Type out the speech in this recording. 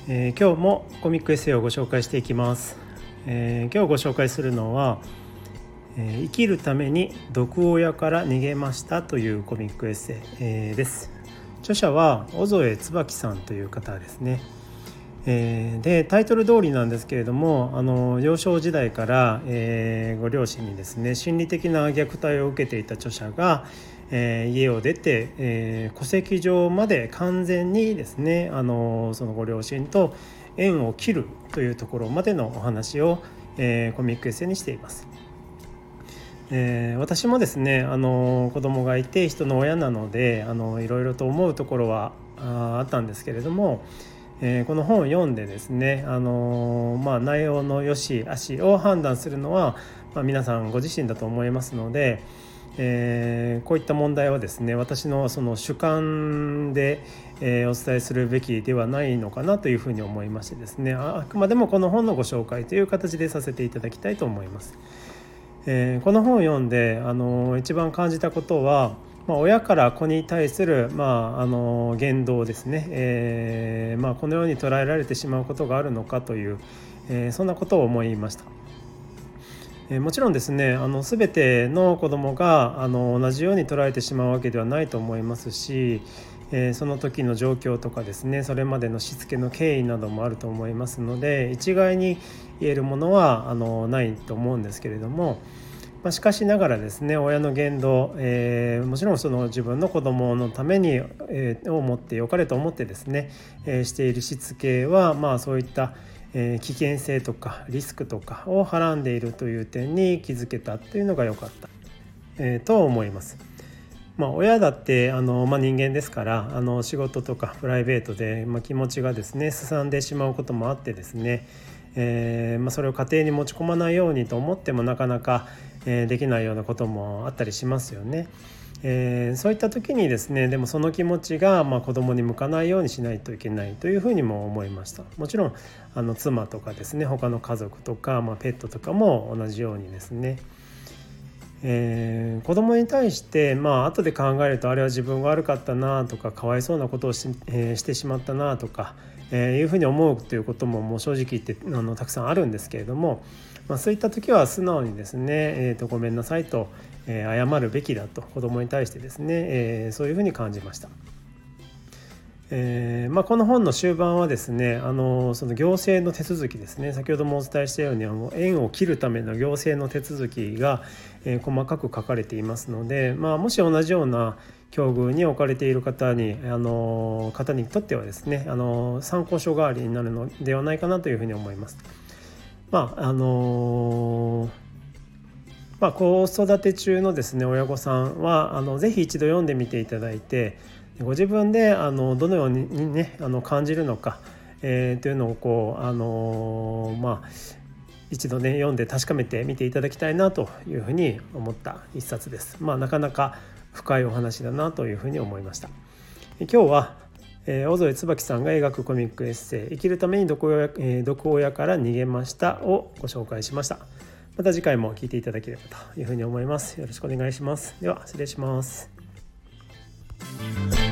今日もコミックエッセイをご紹介していきます。今日ご紹介するのは、生きるために毒親から逃げましたというコミックエッセイ、です。著者は小添椿さんという方ですね。でタイトル通りなんですけれども、幼少時代から、ご両親にですね心理的な虐待を受けていた著者が、家を出て、戸籍上まで完全にですねそのご両親と縁を切るというところまでのお話を、コミックエッセイにしています。私もですね子供がいて人の親なのでいろいろと思うところはあったんですけれども、この本を読んでですね、内容の良し悪しを判断するのは、皆さんご自身だと思いますので、こういった問題はですね私のその主観で、お伝えするべきではないのかなというふうに思いましてですね、あくまでもこの本のご紹介という形でさせていただきたいと思います。この本を読んで一番感じたことは、親から子に対する、言動ですね、このように捉えられてしまうことがあるのかという、そんなことを思いました。もちろんですね全ての子どもが同じように捉えてしまうわけではないと思いますし、その時の状況とかですねそれまでのしつけの経緯などもあると思いますので一概に言えるものはないと思うんですけれども、しかしながらですね親の言動、もちろんその自分の子どものために、を持ってよかれと思ってですね、しているしつけは、そういった危険性とかリスクとかをはらんでいるという点に気づけたというのが良かった、と思います。親だって人間ですから仕事とかプライベートで、気持ちがですねすさんでしまうこともあってですね、それを家庭に持ち込まないようにと思ってもなかなか、できないようなこともあったりしますよね。そういった時にですねでもその気持ちが、子供に向かないようにしないといけないというふうにも思いました。もちろん妻とかですね他の家族とか、ペットとかも同じようにですね、子供に対して、後で考えるとあれは自分が悪かったなとかかわいそうなことをしてしまったなとか、いうふうに思うということももう正直言ってたくさんあるんですけれども、そういった時は素直にですね、ごめんなさいと、謝るべきだと子供に対してですね、そういうふうに感じました。この本の終盤はですねその行政の手続きですね先ほどもお伝えしたように縁を切るための行政の手続きが、細かく書かれていますので、もし同じような境遇に置かれている方にとってはですね参考書代わりになるのではないかなというふうに思います。子育て中のですね親御さんはぜひ一度読んでみていただいてご自分でどのようにね感じるのか、というのを一度ね読んで確かめてみていただきたいなというふうに思った一冊です。なかなか深いお話だなというふうに思いました。今日は小添椿さんが描くコミックエッセイ生きるために毒親から逃げましたをご紹介しました。また次回も聞いていただければというふうに思います。よろしくお願いします。では失礼します。